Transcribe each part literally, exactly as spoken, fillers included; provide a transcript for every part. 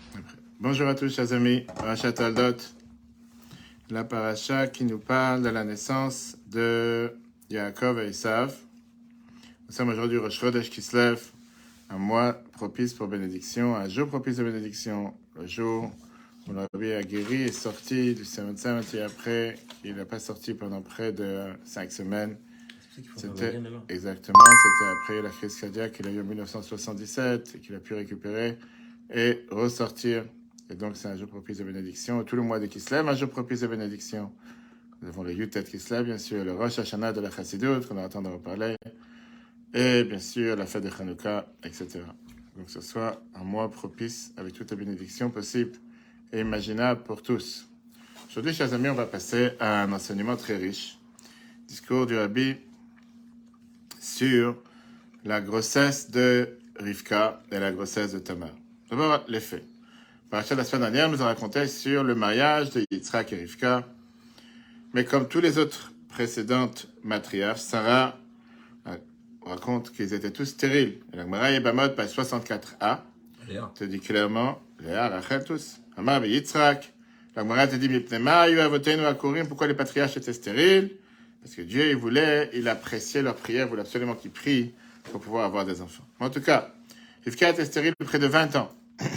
Bonjour à tous, chers amis. Parashat Toldot, la paracha qui nous parle de la naissance de Yaakov et Esav. Nous sommes aujourd'hui au Rosh Chodesh Kislev, un mois propice pour bénédiction, un jour propice de bénédiction, le jour où le Rabbi a guéri et sorti du Seventzim et après, il n'a pas sorti pendant près de cinq semaines. C'était exactement, c'était après la crise cardiaque qu'il a eu en dix-neuf cent soixante-dix-sept et qu'il a pu récupérer et ressortir. Et donc, c'est un jour propice de bénédiction. Tout le mois de Kislev, un jour propice de bénédiction. Nous avons le Yutet Kislev, bien sûr, le Rosh Hashanah de la Chassidut, qu'on attend de reparler. Et bien sûr, la fête de Hanouka, et cetera. Donc, que ce soit un mois propice avec toutes les bénédictions possibles et imaginables pour tous. Aujourd'hui, chers amis, on va passer à un enseignement très riche. Discours du Rabbi sur la grossesse de Rivka et la grossesse de Tamar. D'abord, les faits. Parachat la semaine dernière nous a raconté sur le mariage de Yitzhak et Rivka. Mais comme tous les autres précédentes matriarches, Sarah raconte qu'ils étaient tous stériles. Et la Gemara Yebamot, page soixante-quatre a, te dit clairement, Léa, Rachel, tous. Amar et Yitzhak. La Gemara te dit, Mipnema, Yuavotenu Akurim, pourquoi les patriarches étaient stériles? Parce que Dieu, il voulait, il appréciait leur prière, il voulait absolument qu'ils prient pour pouvoir avoir des enfants. En tout cas, Rivka était stérile près de vingt ans.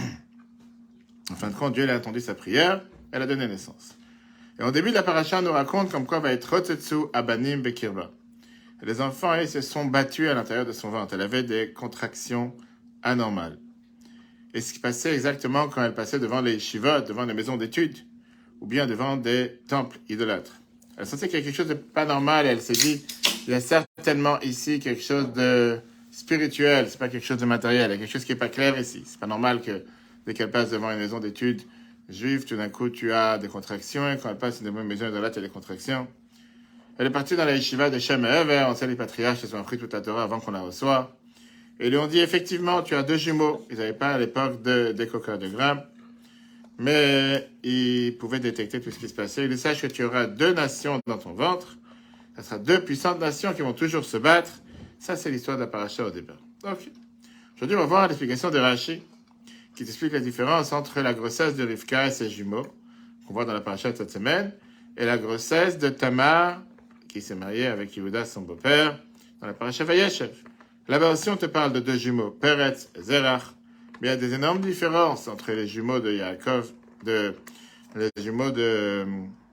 En fin de compte, Dieu a entendu sa prière, elle a donné naissance. Et au début de la paracha, on nous raconte comme quoi va être Rotetsu Abanim Bekirba. Les enfants, ils se sont battus à l'intérieur de son ventre. Elle avait des contractions anormales. Et ce qui passait exactement quand elle passait devant les shivot, devant les maisons d'études, ou bien devant des temples idolâtres. Elle sentait qu'il y a quelque chose de pas normal et elle s'est dit, il y a certainement ici quelque chose de spirituel, c'est pas quelque chose de matériel, il y a quelque chose qui est pas clair ici. C'est pas normal que dès qu'elle passe devant une maison d'études juive, tout d'un coup, tu as des contractions. Et quand elle passe devant une maison idolâtre, il y a des contractions. Elle est partie dans la yeshiva de Shem et Ever. On sait les patriarches, ils ont appris toute la Torah avant qu'on la reçoive. Et ils lui ont dit, effectivement, tu as deux jumeaux. Ils n'avaient pas à l'époque de, d'échocardiogramme. Mais ils pouvaient détecter tout ce qui se passait. Ils sachent que tu auras deux nations dans ton ventre. Ça sera deux puissantes nations qui vont toujours se battre. Ça, c'est l'histoire de la paracha au départ. Donc, aujourd'hui, on va voir l'explication de Rashi, qui t'explique la différence entre la grossesse de Rivka et ses jumeaux, qu'on voit dans la paracha de cette semaine, et la grossesse de Tamar, qui s'est mariée avec Yehuda, son beau-père, dans la paracha Vayeshev. Là-bas aussi, on te parle de deux jumeaux, Peretz et Zerach, mais il y a des énormes différences entre les jumeaux de Yaakov, de, les jumeaux de,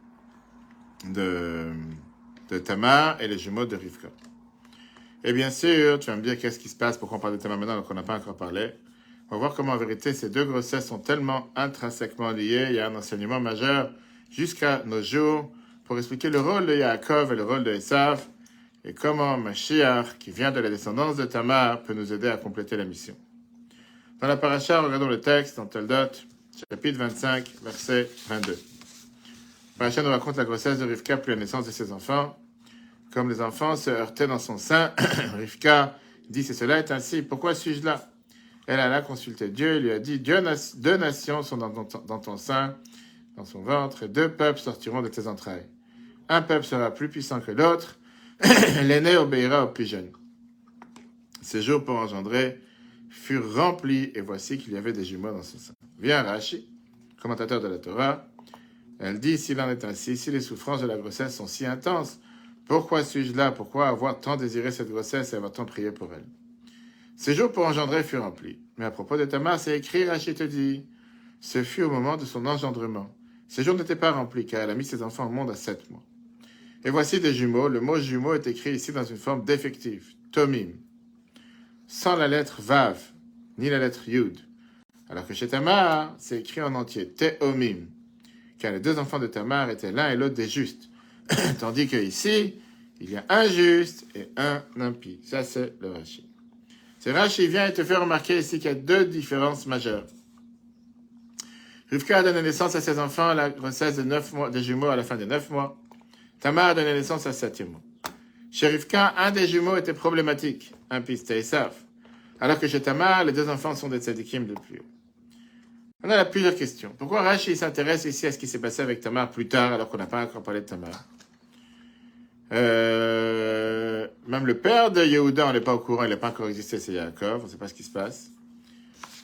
de, de Tamar et les jumeaux de Rivka. Et bien sûr, tu vas me dire qu'est-ce qui se passe, pourquoi on parle de Tamar maintenant, donc on n'a pas encore parlé. On va voir comment, en vérité, ces deux grossesses sont tellement intrinsèquement liées. Il y a un enseignement majeur jusqu'à nos jours pour expliquer le rôle de Yaakov et le rôle de Esav et comment Mashiach, qui vient de la descendance de Tamar, peut nous aider à compléter la mission. Dans la paracha, regardons le texte dans Toldot, chapitre vingt-cinq, verset vingt-deux. La paracha nous raconte la grossesse de Rivka puis la naissance de ses enfants. Comme les enfants se heurtaient dans son sein, Rivka dit « Si cela est ainsi, pourquoi suis-je là ?» Elle alla consulter Dieu et lui a dit, Dieu, deux nations sont dans ton, dans ton sein, dans son ventre, et deux peuples sortiront de tes entrailles. Un peuple sera plus puissant que l'autre, l'aîné obéira au plus jeune. Ces jours pour engendrer furent remplis, et voici qu'il y avait des jumeaux dans son sein. Vient Rashi, commentateur de la Torah, elle dit, s'il en est ainsi, si les souffrances de la grossesse sont si intenses, pourquoi suis-je là? Pourquoi avoir tant désiré cette grossesse et avoir tant prié pour elle? Ces jours pour engendrer furent remplis. Mais à propos de Tamar, c'est écrit, Rashi te dit, ce fut au moment de son engendrement. Ces jours n'étaient pas remplis, car elle a mis ses enfants au monde à sept mois. Et voici des jumeaux. Le mot jumeau est écrit ici dans une forme défective, tomim, sans la lettre vav, ni la lettre yud. Alors que chez Tamar, c'est écrit en entier, teomim, car les deux enfants de Tamar étaient l'un et l'autre des justes. Tandis que ici, il y a un juste et un impie. Ça, c'est le Rashi. C'est Rashi vient et te fait remarquer ici qu'il y a deux différences majeures. Rivka a donné naissance à ses enfants à la grossesse de neuf mois, des jumeaux à la fin des neuf mois. Tamar a donné naissance à septième mois. Chez Rivka, un des jumeaux était problématique, un piste Esav. Alors que chez Tamar, les deux enfants sont des tzadikim de plus haut. On a plusieurs questions. Pourquoi Rashi s'intéresse ici à ce qui s'est passé avec Tamar plus tard, alors qu'on n'a pas encore parlé de Tamar? Euh, même le père de Yehuda, on n'est pas au courant, il n'a pas encore existé, c'est Yaakov, on ne sait pas ce qui se passe.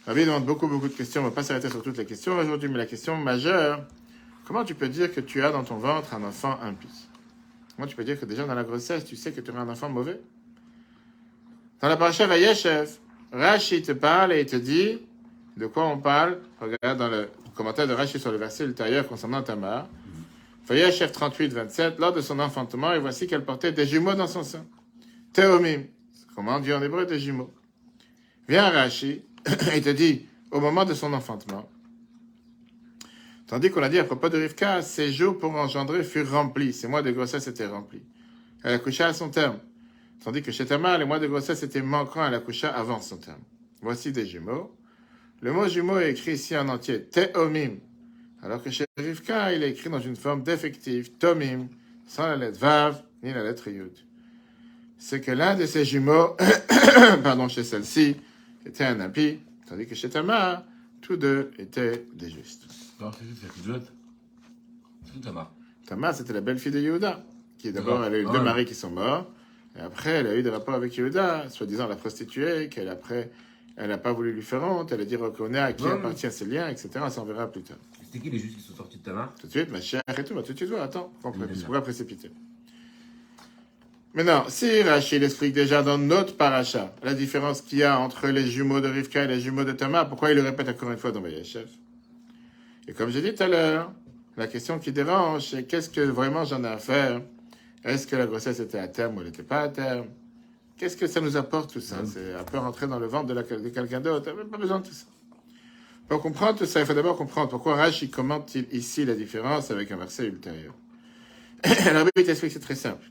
Rabbi demande beaucoup, beaucoup de questions. On ne va pas s'arrêter sur toutes les questions aujourd'hui, mais la question majeure, comment tu peux dire que tu as dans ton ventre un enfant impie? Comment tu peux dire que déjà dans la grossesse, tu sais que tu auras un enfant mauvais? Dans la paracha Vayeshev, Rashi te parle et il te dit de quoi on parle. Regarde dans le commentaire de Rashi sur le verset ultérieur concernant Tamar. Vayeshev trente-huit vingt-sept, lors de son enfantement, et voici qu'elle portait des jumeaux dans son sein. Théomim, comment on dit en hébreu des jumeaux? Viens Rashi, il te dit, au moment de son enfantement, tandis qu'on a dit à propos de Rivka, ses jours pour engendrer furent remplis, ses mois de grossesse étaient remplis. Elle accoucha à son terme. Tandis que chez Tamar, les mois de grossesse étaient manquants, elle accoucha avant son terme. Voici des jumeaux. Le mot jumeau est écrit ici en entier, Théomim, alors que chez Rivka, il est écrit dans une forme défective, Tomim, sans la lettre Vav, ni la lettre Yud. C'est que l'un de ces jumeaux, pardon, chez celle-ci, était un impie, tandis que chez Tamar, tous deux étaient des justes. Non, c'est qui, c'est Juliette. C'est qui Tamar? Tamar, c'était la belle-fille de Yehuda, qui d'abord, elle a eu deux maris qui sont morts, et après, elle a eu des rapports avec Yehuda, soi-disant la prostituée, qu'elle après, elle n'a pas voulu lui faire honte, elle a dit reconnaît à qui ouais, appartient ses liens, et cetera. Ça, on verra plus tard. C'était qui les justes qui sont sortis de Tamar? Tout de suite, ma chère et tout, tout de suite, attends, pourquoi précipiter? Maintenant, si Rachid explique déjà dans notre paracha la différence qu'il y a entre les jumeaux de Rivka et les jumeaux de Tamar, pourquoi il le répète encore une fois dans Vayeshev? Et comme j'ai dit tout à l'heure, la question qui dérange, c'est qu'est-ce que vraiment j'en ai à faire? Est-ce que la grossesse était à terme ou elle n'était pas à terme? Qu'est-ce que ça nous apporte tout ça? C'est un peu rentrer dans le ventre de, la, de quelqu'un d'autre. On n'a pas besoin de tout ça. Pour comprendre tout ça, il faut d'abord comprendre pourquoi Rashi commente ici la différence avec un verset ultérieur. Alors, il t'explique, c'est très simple.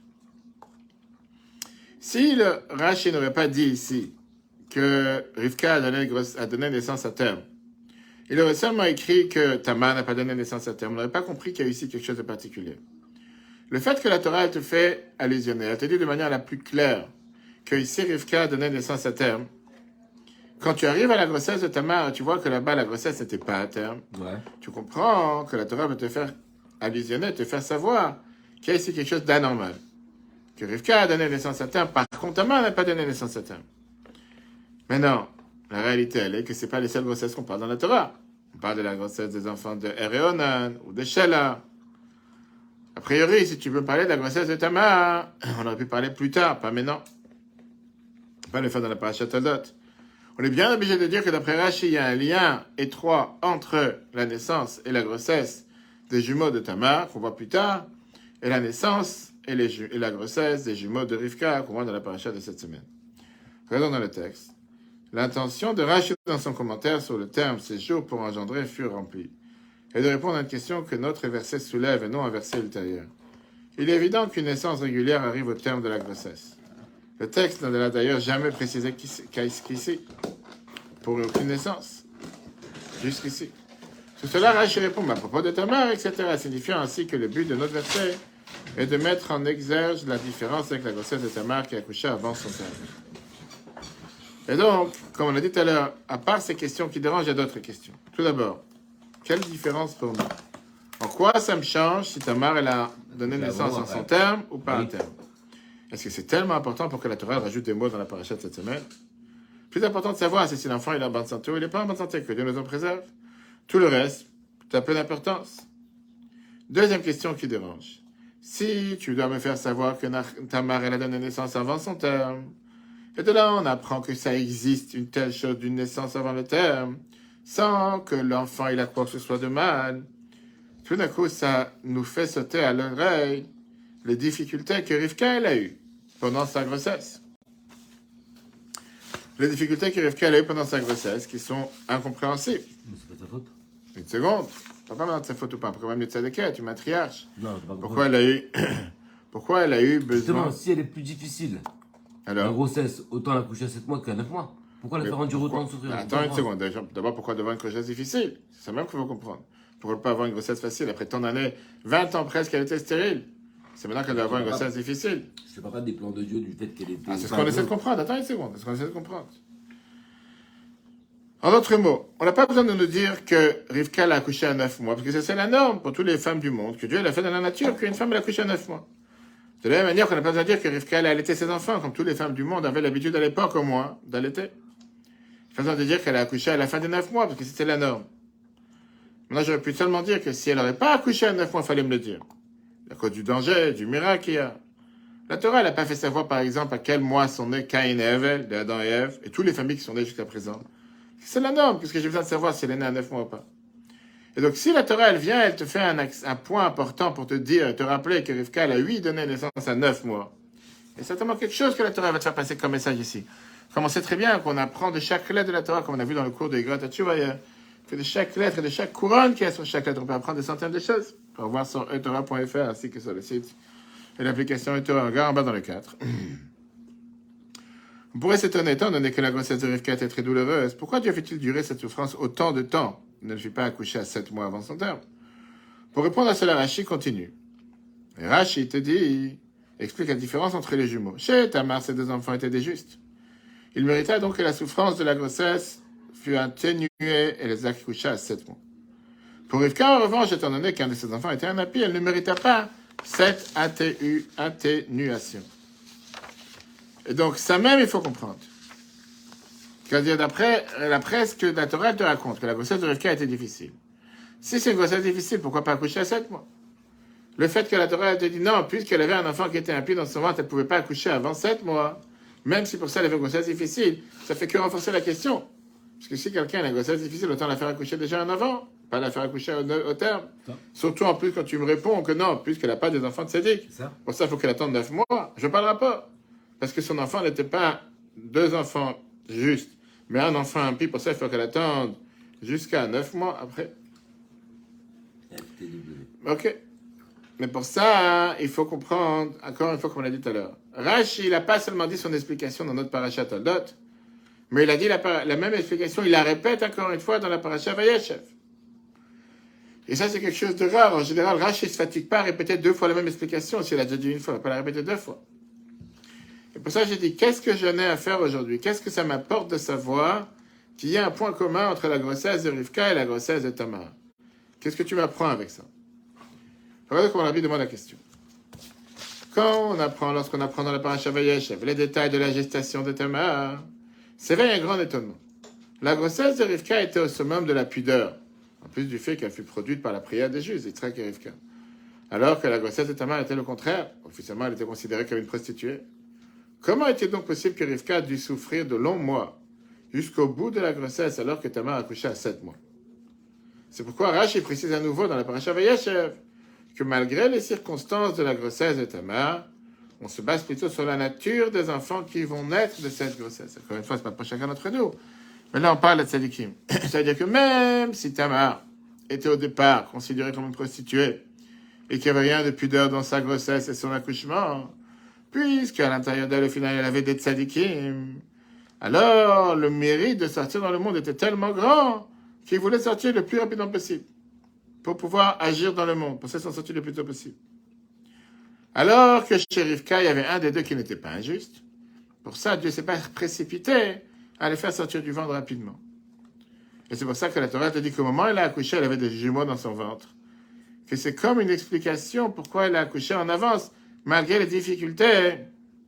Si le Rashi n'aurait pas dit ici que Rivka a donné, a donné naissance à terme, il aurait seulement écrit que Tamar n'a pas donné naissance à terme. On n'aurait pas compris qu'il y a ici quelque chose de particulier. Le fait que la Torah elle te fait allusionner, elle te dit de manière la plus claire que ici Rivka a donné naissance à terme. Quand tu arrives à la grossesse de Tamar, tu vois que là-bas la grossesse n'était pas à terme. Ouais. Tu comprends que la Torah veut te faire allusionner, te faire savoir qu'il y a ici quelque chose d'anormal. Que Rivka a donné naissance à terme, par contre Tamar n'a pas donné naissance à terme. Mais non, la réalité elle est que ce n'est pas les seules grossesses qu'on parle dans la Torah. On parle de la grossesse des enfants de Ereonan ou de Shelah. A priori, si tu veux parler de la grossesse de Tamar, on aurait pu parler plus tard, pas maintenant. Pas le faire dans la parashat Toldot. On est bien obligé de dire que d'après Rashi, il y a un lien étroit entre la naissance et la grossesse des jumeaux de Tamar, qu'on voit plus tard, et la naissance et, les ju- et la grossesse des jumeaux de Rivka, qu'on voit dans la parashat de cette semaine. Regardons dans le texte. L'intention de Rashi dans son commentaire sur le terme « ces jours pour engendrer » fut remplie, et de répondre à une question que notre verset soulève et non un verset ultérieur. Il est évident qu'une naissance régulière arrive au terme de la grossesse. Le texte ne l'a d'ailleurs jamais précisé qu'ici, pour aucune naissance, jusqu'ici. Sur cela, Rashi répond à propos de Tamar, et cetera, signifiant ainsi que le but de notre verset est de mettre en exergue la différence avec la grossesse de Tamar qui accoucha avant son terme. Et donc, comme on a dit tout à l'heure, à part ces questions qui dérangent, il y a d'autres questions. Tout d'abord, quelle différence pour nous? En quoi ça me change si Tamar elle a donné naissance en son terme ou pas un terme? Est-ce que c'est tellement important pour que la Torah rajoute des mots dans la paracha de cette semaine? Plus important de savoir c'est si l'enfant il est en bonne santé ou il n'est pas en bonne santé, que Dieu nous en préserve. Tout le reste, ça a peu d'importance. Deuxième question qui dérange. Si tu dois me faire savoir que Tamar elle a donné naissance avant son terme, et de là on apprend que ça existe une telle chose d'une naissance avant le terme, sans que l'enfant il a quoi que ce soit de mal, tout d'un coup ça nous fait sauter à l'oreille les difficultés que Rivka elle a eues pendant sa grossesse. Les difficultés que Rivka elle a eues pendant sa grossesse qui sont incompréhensibles. Mais c'est pas ta faute. Une seconde. Pas pas de sa faute ou pas. Pourquoi même de tzadéka, tu matriarches. Non, c'est pas Pourquoi elle a eu, pourquoi elle a eu besoin. Justement, si elle est plus difficile, alors, la grossesse, autant l'accoucher à sept mois qu'à neuf mois. Pourquoi la faire endurer autant de souffrir? Attends une seconde. D'abord, pourquoi devant une grossesse difficile? C'est ça même qu'il faut comprendre. Pourquoi pas avoir une grossesse facile après tant d'années, vingt ans presque, elle était stérile. C'est maintenant qu'elle doit avoir une grossesse difficile. Je ne sais pas des plans de Dieu du fait qu'elle était. Ah, c'est ce qu'on essaie de comprendre. Attends une seconde. C'est ce qu'on essaie de comprendre. En d'autres mots, on n'a pas besoin de nous dire que Rivka l'a accouché à neuf mois, parce que c'est la norme pour toutes les femmes du monde, que Dieu l'a fait dans la nature, qu'une femme l'a accouché à neuf mois. De la même manière qu'on n'a pas besoin de dire que Rivka a allaité ses enfants, comme toutes les femmes du monde avaient l'habitude à l'époque au moins d'allaiter. façon de dire qu'elle a accouché à la fin des neuf mois, parce que c'était la norme. Maintenant, j'aurais pu seulement dire que si elle n'aurait pas accouché à neuf mois, il fallait me le dire. À cause du danger, du miracle qu'il y a. La Torah, elle n'a pas fait savoir, par exemple, à quel mois sont nés Caïn et Ève, de Adam et Ève, et toutes les familles qui sont nées jusqu'à présent. C'est la norme, puisque j'ai besoin de savoir si elle est née à neuf mois ou pas. Et donc, si la Torah, elle vient, elle te fait un, un point important pour te dire, te rappeler que Rivka, elle a, lui, donné naissance à neuf mois. Et c'est certainement quelque chose que la Torah va te faire passer comme message ici. Comme on sait très bien qu'on apprend de chaque lettre de la Torah, comme on a vu dans le cours de Igrat Hatshuva, que de chaque lettre et de chaque couronne qu'il y a sur chaque lettre, on peut apprendre des centaines de choses. On va voir sur e torah point f r ainsi que sur le site et l'application eTorah. Regarde en bas dans le quatre. On pourrait s'étonner, étant donné que la grossesse de Rivka était très douloureuse, pourquoi Dieu fait-il durer cette souffrance autant de temps? Il ne le fit pas accoucher à sept mois avant son terme. Pour répondre à cela, Rashi continue. Et Rashi te dit, explique la différence entre les jumeaux. Chez Tamar, ces deux enfants étaient des justes. Il mérita donc que la souffrance de la grossesse fut atténuée et les accoucha à sept mois. Pour Rivka, en revanche, étant donné qu'un de ses enfants était un impie, elle ne mérita pas cette atténuation. Et donc, ça même, il faut comprendre. C'est-à-dire, d'après la presse que la Torah te raconte, que la grossesse de Rivka était difficile. Si c'est une grossesse difficile, pourquoi pas accoucher à sept mois? Le fait que la Torah te dit non, puisqu'elle avait un enfant qui était impie dans son ventre, elle ne pouvait pas accoucher avant sept mois, même si pour ça elle avait une grossesse difficile, ça fait que renforcer la question. Parce que si quelqu'un a une grossesse difficile, autant la faire accoucher déjà en avant, pas la faire accoucher au, au terme. Ça. Surtout en plus quand tu me réponds que non, puisqu'elle n'a pas des enfants de sadique. Pour ça, il faut qu'elle attende neuf mois. Je ne parlerai pas. Parce que son enfant n'était pas deux enfants justes, mais un enfant impie. Pour ça, il faut qu'elle attende jusqu'à neuf mois après. Ok. Mais pour ça, il faut comprendre, encore une fois, comme on l'a dit tout à l'heure. Rashi, il n'a pas seulement dit son explication dans notre parashat Toldot, mais il a dit la, la même explication, il la répète encore une fois dans la parashat Vayeshev. Et ça, c'est quelque chose de rare. En général, Rashi ne se fatigue pas à répéter deux fois la même explication. S'il a déjà dit une fois, il ne va pas la répéter deux fois. Et pour ça, j'ai dit, qu'est-ce que j'en ai à faire aujourd'hui? Qu'est-ce que ça m'apporte de savoir qu'il y a un point commun entre la grossesse de Rivka et la grossesse de Tamar? Qu'est-ce que tu m'apprends avec ça? Regardez comment Rabbi demande la question. Quand on apprend, lorsqu'on apprend dans la parasha Vayeshev, les détails de la gestation de Tamar, s'éveille un grand étonnement. La grossesse de Rivka était au summum de la pudeur, en plus du fait qu'elle fut produite par la prière des Juifs, Yitzhak et Rivka. Alors que la grossesse de Tamar était le contraire. Officiellement, elle était considérée comme une prostituée. Comment était donc possible que Rivka dû souffrir de longs mois jusqu'au bout de la grossesse alors que Tamar accouchait à sept mois? C'est pourquoi Rashi précise à nouveau dans la parasha Vayeshev que malgré les circonstances de la grossesse de Tamar, on se base plutôt sur la nature des enfants qui vont naître de cette grossesse. Encore une fois, ce n'est pas pour chacun d'entre nous. Mais là, on parle de tzadikim. C'est-à-dire que même si Tamar était au départ considérée comme une prostituée et qu'il n'y avait rien de pudeur dans sa grossesse et son accouchement, puisqu'à l'intérieur d'elle, au final, elle avait des tzadikim, alors le mérite de sortir dans le monde était tellement grand qu'il voulait sortir le plus rapidement possible pour pouvoir agir dans le monde, pour ça s'en sortir le plus tôt possible. Alors que chez Rivka, il y avait un des deux qui n'était pas injuste. Pour ça, Dieu ne s'est pas précipité à les faire sortir du ventre rapidement. Et c'est pour ça que la Torah te dit qu'au moment où elle a accouché, elle avait des jumeaux dans son ventre. Que c'est comme une explication pourquoi elle a accouché en avance, malgré les difficultés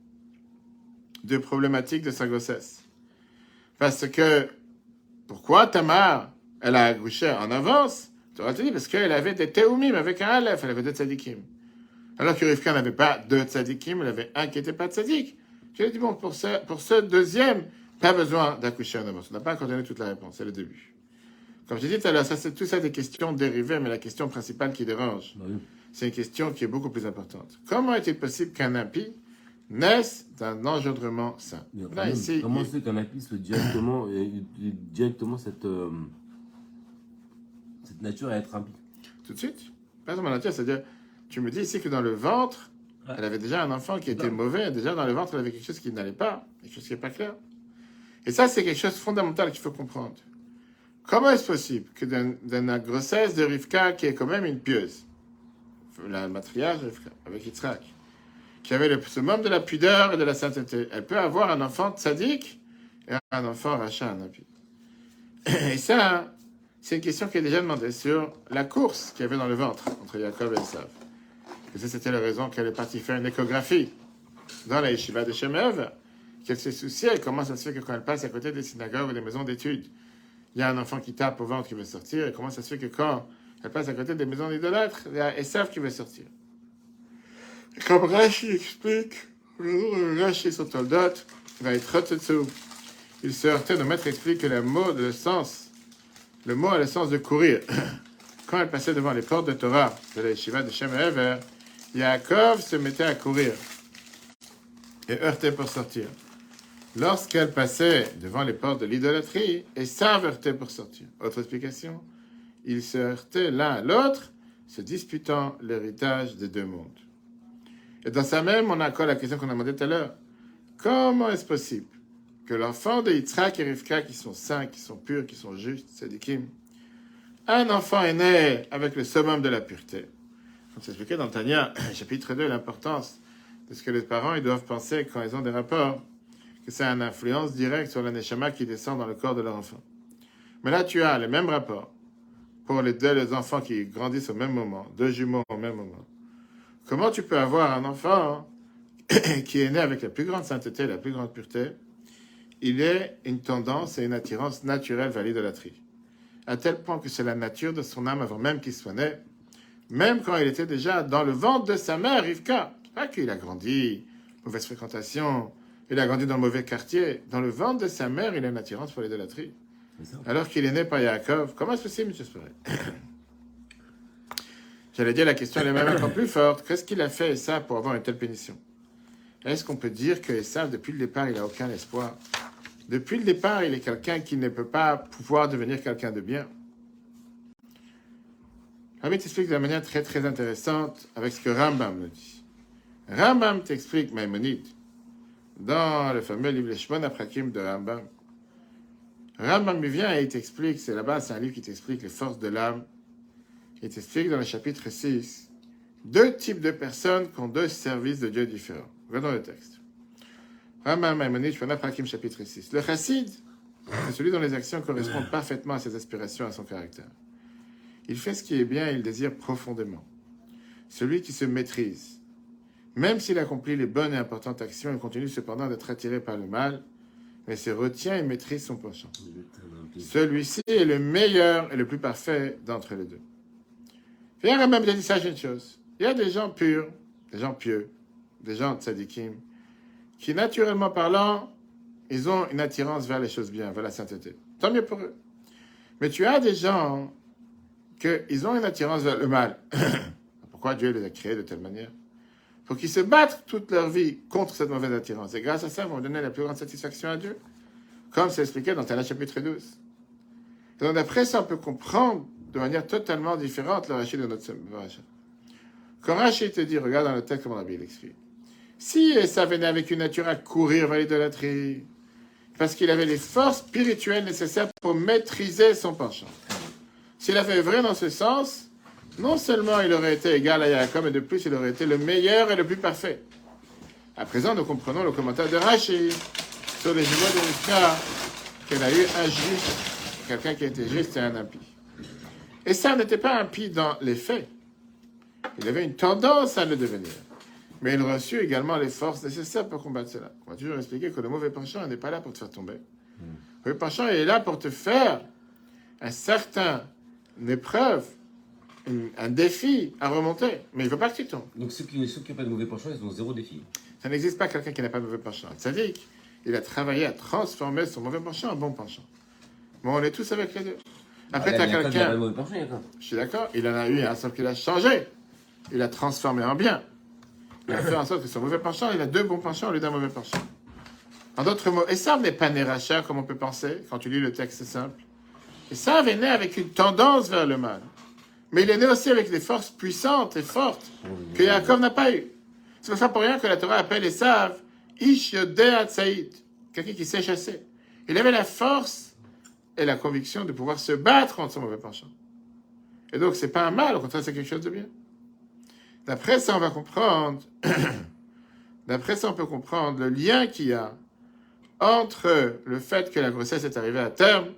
de problématiques de sa grossesse. Parce que, pourquoi Tamar, elle a accouché en avance? Tu auras dit, parce qu'elle avait des théoumim avec un aleph, elle avait deux tzadikim. Alors que Rivka n'avait pas deux tzadikim, elle avait un qui n'était pas tzadik. Je lui ai dit, bon, pour ce, pour ce deuxième, pas besoin d'accoucher en avance. On n'a pas encore donné toute la réponse, c'est le début. Comme je dit tout à l'heure, ça, c'est tout ça des questions dérivées, mais la question principale qui dérange, bah oui. C'est une question qui est beaucoup plus importante. Comment est-il possible qu'un impie naisse d'un engendrement saint? Là, même, ici, comment il... c'est qu'un impie soit directement, directement cette... Euh... cette nature à être impie? Tout de suite. Pas seulement nature, c'est-à-dire, tu me dis ici que dans le ventre, ouais. Elle avait déjà un enfant qui était non. mauvais, déjà dans le ventre, elle avait quelque chose qui n'allait pas, quelque chose qui n'est pas clair. Et ça, c'est quelque chose de fondamental qu'il faut comprendre. Comment est-ce possible que dans, dans la grossesse de Rivka, qui est quand même une pieuse, la matriarche avec Yitzhak, qui avait le summum de la pudeur et de la sainteté, elle peut avoir un enfant tzaddik et un enfant rachat, un impie. Et ça, c'est une question qui est déjà demandée sur la course qu'il y avait dans le ventre entre Yaakov et Esav. Et ça, c'était la raison qu'elle est partie faire une échographie dans la yeshiva de Shemev, qu'elle s'est souciée. Comment ça se fait que quand elle passe à côté des synagogues ou des maisons d'études, il y a un enfant qui tape au ventre qui veut sortir? Et comment ça se fait que quand elle passe à côté des maisons d'idolâtres, il y a Esav qui veut sortir? Et comme Rashi explique, le jour où Rashi sur Toldot, va être dessous. Il se heurtait, notre maître explique que le mot, le sens, le mot a le sens de courir. Quand elle passait devant les portes de Torah, de la yeshiva de Shem Ever, Yaakov se mettait à courir et heurtait pour sortir. Lorsqu'elle passait devant les portes de l'idolâtrie, Esav heurtait pour sortir. Autre explication, ils se heurtaient l'un à l'autre, se disputant l'héritage des deux mondes. Et dans ça même, on a encore la question qu'on a demandé tout à l'heure. Comment est-ce possible que l'enfant de Yitzhak et Rivka, qui sont saints, qui sont purs, qui sont justes, tzadikim, un enfant est né avec le summum de la pureté? On s'expliquait dans Tania, chapitre deux, l'importance de ce que les parents ils doivent penser quand ils ont des rapports, que ça a une influence directe sur la neshama qui descend dans le corps de leur enfant. Mais là, tu as les mêmes rapports pour les deux les enfants qui grandissent au même moment, deux jumeaux au même moment. Comment tu peux avoir un enfant qui est né avec la plus grande sainteté, la plus grande pureté? Il est une tendance et une attirance naturelle vers l'idolâtrie. À tel point que c'est la nature de son âme avant même qu'il soit né, même quand il était déjà dans le ventre de sa mère, Rivka. C'est pas qu'il a grandi, mauvaise fréquentation, il a grandi dans le mauvais quartier. Dans le ventre de sa mère, il a une attirance pour l'idolâtrie. Alors qu'il est né par Yaakov. Comment est-ce possible, M. Speret? J'allais dire, la question elle est même encore plus forte. Qu'est-ce qu'il a fait, Esav, pour avoir une telle pénition? Est-ce qu'on peut dire que Esav, depuis le départ, il n'a aucun espoir? Depuis le départ, il est quelqu'un qui ne peut pas pouvoir devenir quelqu'un de bien. Rabbi t'explique de manière très très intéressante avec ce que Rambam nous dit. Rambam t'explique, Maïmonide, dans le fameux livre Les Shmona Prakim de Rambam. Rambam lui vient et il t'explique, c'est là-bas, c'est un livre qui t'explique les forces de l'âme. Il t'explique dans le chapitre six deux types de personnes qui ont deux services de Dieu différents. Regardons le texte. Rambam Maïmonide, Shmona Prakim, chapitre six. Le chassid, c'est celui dont les actions correspondent parfaitement à ses aspirations, à son caractère. Il fait ce qui est bien et il désire profondément. Celui qui se maîtrise. Même s'il accomplit les bonnes et importantes actions, il continue cependant d'être attiré par le mal, mais se retient et maîtrise son penchant. Celui-ci est le meilleur et le plus parfait d'entre les deux. Viens Rambam te dit ça une chose. Il y a des gens purs, des gens pieux, des gens tzadikim, qui naturellement parlant, ils ont une attirance vers les choses bien, vers la sainteté. Tant mieux pour eux. Mais tu as des gens qu'ils ont une attirance vers le mal. Pourquoi Dieu les a créés de telle manière? Pour qu'ils se battent toute leur vie contre cette mauvaise attirance. Et grâce à ça, ils vont donner la plus grande satisfaction à Dieu. Comme c'est expliqué dans Tana chapitre douze. Et donc d'après ça, on peut comprendre de manière totalement différente le Rashi de notre Rashi. Quand Rashi te dit, regarde dans le texte comment la Bible écrit. Si ça venait avec une nature à courir vers l'idolâtrie, parce qu'il avait les forces spirituelles nécessaires pour maîtriser son penchant. S'il avait vrai dans ce sens, non seulement il aurait été égal à Yaakov, mais de plus il aurait été le meilleur et le plus parfait. À présent, nous comprenons le commentaire de Rashi sur les jumeaux de Rivka, qu'elle a eu un juste, quelqu'un qui était juste et un impie. Et ça n'était pas impie dans les faits. Il avait une tendance à le devenir. Mais il reçut également les forces nécessaires pour combattre cela. On va toujours expliquer que le mauvais penchant n'est pas là pour te faire tomber. Mm. Le mauvais penchant est là pour te faire un certain une épreuve, une, un défi à remonter. Mais il ne veut pas que tu tombes. Donc ceux qui n'ont pas de mauvais penchant, ils ont zéro défi. Ça n'existe pas quelqu'un qui n'a pas de mauvais penchant. C'est-à-dire qu'il a travaillé à transformer son mauvais penchant en bon penchant. Bon, on est tous avec les deux. Après, ah, tu as quelqu'un... Je suis d'accord, il en a eu un, sauf qu'il a changé. Il a transformé en bien. Il a fait en sorte que son mauvais penchant, il a deux bons penchants au lieu d'un mauvais penchant. En d'autres mots, Esav n'est pas né rachat, comme on peut penser, quand tu lis le texte simple. Esav est né avec une tendance vers le mal. Mais il est né aussi avec des forces puissantes et fortes que Yaakov n'a pas eues. C'est pas pour rien que la Torah appelle Esav Ish Yodea Tzaïd, quelqu'un qui sait chasser. Il avait la force et la conviction de pouvoir se battre contre son mauvais penchant. Et donc, c'est pas un mal, au contraire, c'est quelque chose de bien. D'après ça, on va comprendre, d'après ça, on peut comprendre le lien qu'il y a entre le fait que la grossesse est arrivée à terme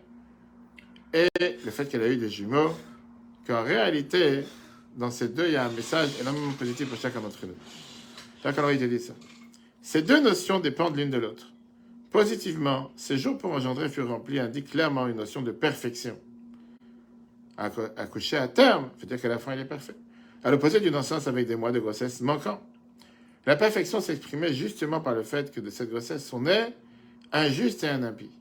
et le fait qu'elle a eu des jumeaux, qu'en réalité, dans ces deux, il y a un message énormément positif pour chacun d'entre nous. Chacun aurait dit ça. Ces deux notions dépendent l'une de l'autre. Positivement, ces jours pour engendrer furent remplis indique clairement une notion de perfection. Accoucher à terme veut dire qu'à la fin, il est parfait. À l'opposé d'une enceinte avec des mois de grossesse manquants. La perfection s'exprimait justement par le fait que de cette grossesse sont nés un juste et un impie.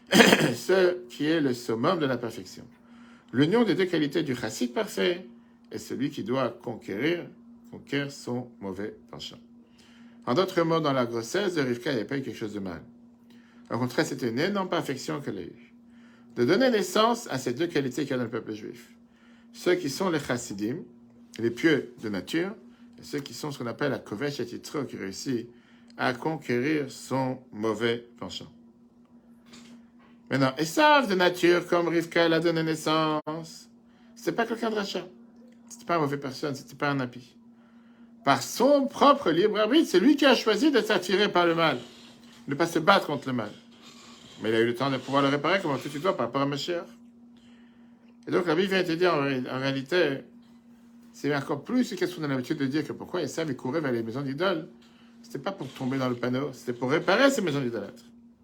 Ce qui est le summum de la perfection. L'union des deux qualités du chassid parfait est celui qui doit conquérir, conquérir son mauvais penchant. En d'autres mots, dans la grossesse de Rivka, il n'y avait pas eu quelque chose de mal. Au contraire, c'était une énorme perfection qu'elle a eue. De donner naissance à ces deux qualités qu'il y a dans le peuple juif. Ceux qui sont les chassidim, les pieux de nature, et ceux qui sont ce qu'on appelle la kovesh et titro, qui réussit à conquérir son mauvais penchant. Maintenant, Esav de nature, comme Rivka l'a donné naissance, c'était pas quelqu'un de rachat. C'était pas une mauvaise personne, c'était pas un impie. Par son propre libre arbitre, c'est lui qui a choisi d'être attiré par le mal, de ne pas se battre contre le mal. Mais il a eu le temps de pouvoir le réparer, comme tout tu dois, par rapport à Mashiach. Et donc la Bible vient te dire, en, en réalité, c'est encore plus qu'est-ce qu'on a l'habitude de dire que pourquoi Esav courait vers les maisons d'idoles. C'était pas pour tomber dans le panneau, c'était pour réparer ces maisons d'idolâtres.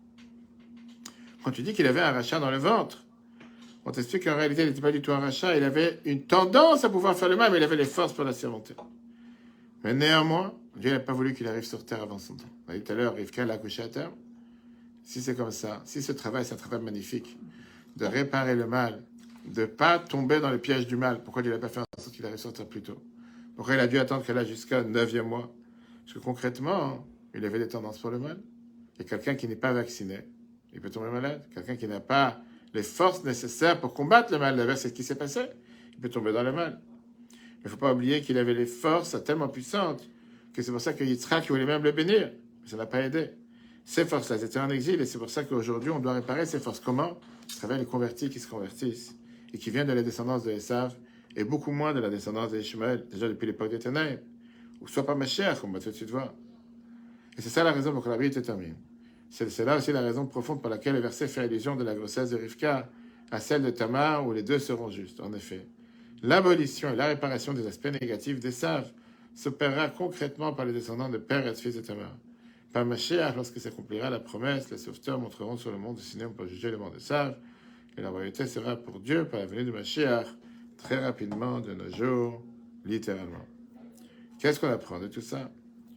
Quand tu dis qu'il avait un rachat dans le ventre, on t'explique qu'en réalité, il n'était pas du tout un rachat, il avait une tendance à pouvoir faire le mal, mais il avait les forces pour la surmonter. Mais néanmoins, Dieu n'a pas voulu qu'il arrive sur terre avant son temps. On a dit tout à l'heure, Rivka l'a accouché à terre. Si c'est comme ça, si ce travail, c'est un travail magnifique, de réparer le mal, de ne pas tomber dans le piège du mal, pourquoi Dieu n'a pas fait en sorte qu'il arrive sur terre plus tôt? Pourquoi il a dû attendre qu'elle a jusqu'au neuvième mois? Parce que concrètement, il avait des tendances pour le mal. Il y a quelqu'un qui n'est pas vacciné, il peut tomber malade. Quelqu'un qui n'a pas les forces nécessaires pour combattre le mal, l'inverse, c'est ce qui s'est passé, il peut tomber dans le mal. Mais il ne faut pas oublier qu'il avait les forces tellement puissantes que c'est pour ça que Yitzhak voulait même le bénir. Mais ça n'a pas aidé. Ces forces-là, elles étaient en exil et c'est pour ça qu'aujourd'hui, on doit réparer ces forces. Comment? À travers les convertis qui se convertissent et qui viennent de la descendance de Esav et beaucoup moins de la descendance d'Ishmaël, déjà depuis l'époque des ténèbres. Ou soit pas Mashiach, comme on va tout de suite voir. Et c'est ça la raison pour laquelle la vie se termine. C'est, c'est là aussi la raison profonde pour laquelle le verset fait allusion de la grossesse de Rivka à celle de Tamar, où les deux seront justes. En effet, l'abolition et la réparation des aspects négatifs d'Esav s'opérera concrètement par les descendants de Père et fils de Tamar. Par Mashiach, lorsque s'accomplira la promesse, les sauveteurs montreront sur le monde dessiné pour juger le monde d'Esav, et la royauté sera pour Dieu par la venue de Mashiach, très rapidement de nos jours, littéralement. Qu'est-ce qu'on apprend de tout ça?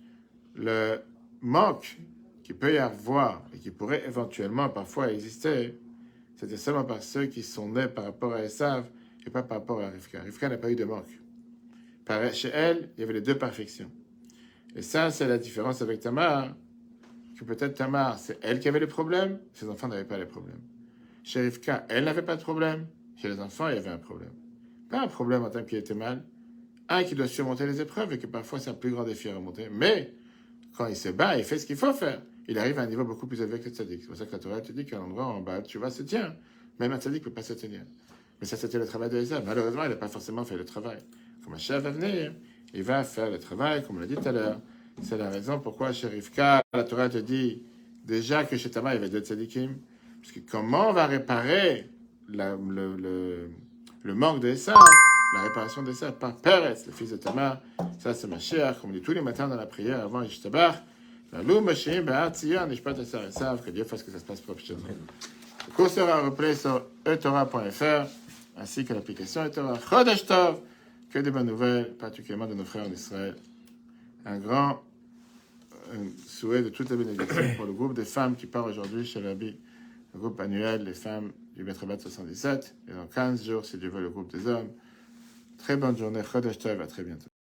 Le manque qu'il peut y avoir et qui pourrait éventuellement parfois exister, c'était seulement par ceux qui sont nés par rapport à Esav et pas par rapport à Rivka. Rivka n'a pas eu de manque. Par, chez elle, il y avait les deux perfections. Et ça, c'est la différence avec Tamar, que peut-être Tamar, c'est elle qui avait les problèmes, ses enfants n'avaient pas les problèmes. Chez Rivka, elle n'avait pas de problème, chez les enfants, il y avait un problème. Pas un problème en tant qu'il était mal, un qui doit surmonter les épreuves et que parfois c'est un plus grand défi à remonter, mais quand il se bat, il fait ce qu'il faut faire. Il arrive à un niveau beaucoup plus élevé que le tzaddik. C'est pour ça que la Torah te dit qu'à l'endroit en bas, tu vois, se tient. Même un tzaddik ne peut pas se tenir. Mais ça, c'était le travail de Esav. Malheureusement, il n'a pas forcément fait le travail. Comme un chef va venir, il va faire le travail, comme on l'a dit tout à l'heure. C'est la raison pourquoi chez Rivka, la Torah te dit déjà que chez Tamar, il y avait deux tzaddikim. Parce que comment on va réparer la, le, le, le manque de Esav, la réparation d'Esav par Pérez, le fils de Tamar? Ça, c'est Mashiach, comme on dit tous les matins dans la prière avant Yishtabach. La Lou Mashim, Be'at Zion, Nishpat Esav Esav, que Dieu fasse que ça se passe proprement. Le cours sera replay sur e torah point f r ainsi que l'application eTorah. Chodesh Tov, que des bonnes nouvelles, particulièrement de nos frères en Israël. Un grand un souhait de toute la bénédiction pour le groupe des femmes qui part aujourd'hui chez l'Abi, le groupe annuel des femmes du Beth Rabat soixante-dix-sept, et dans quinze jours, si Dieu veut, le groupe des hommes. Très bonne journée, Chodesh Tov, à très bientôt.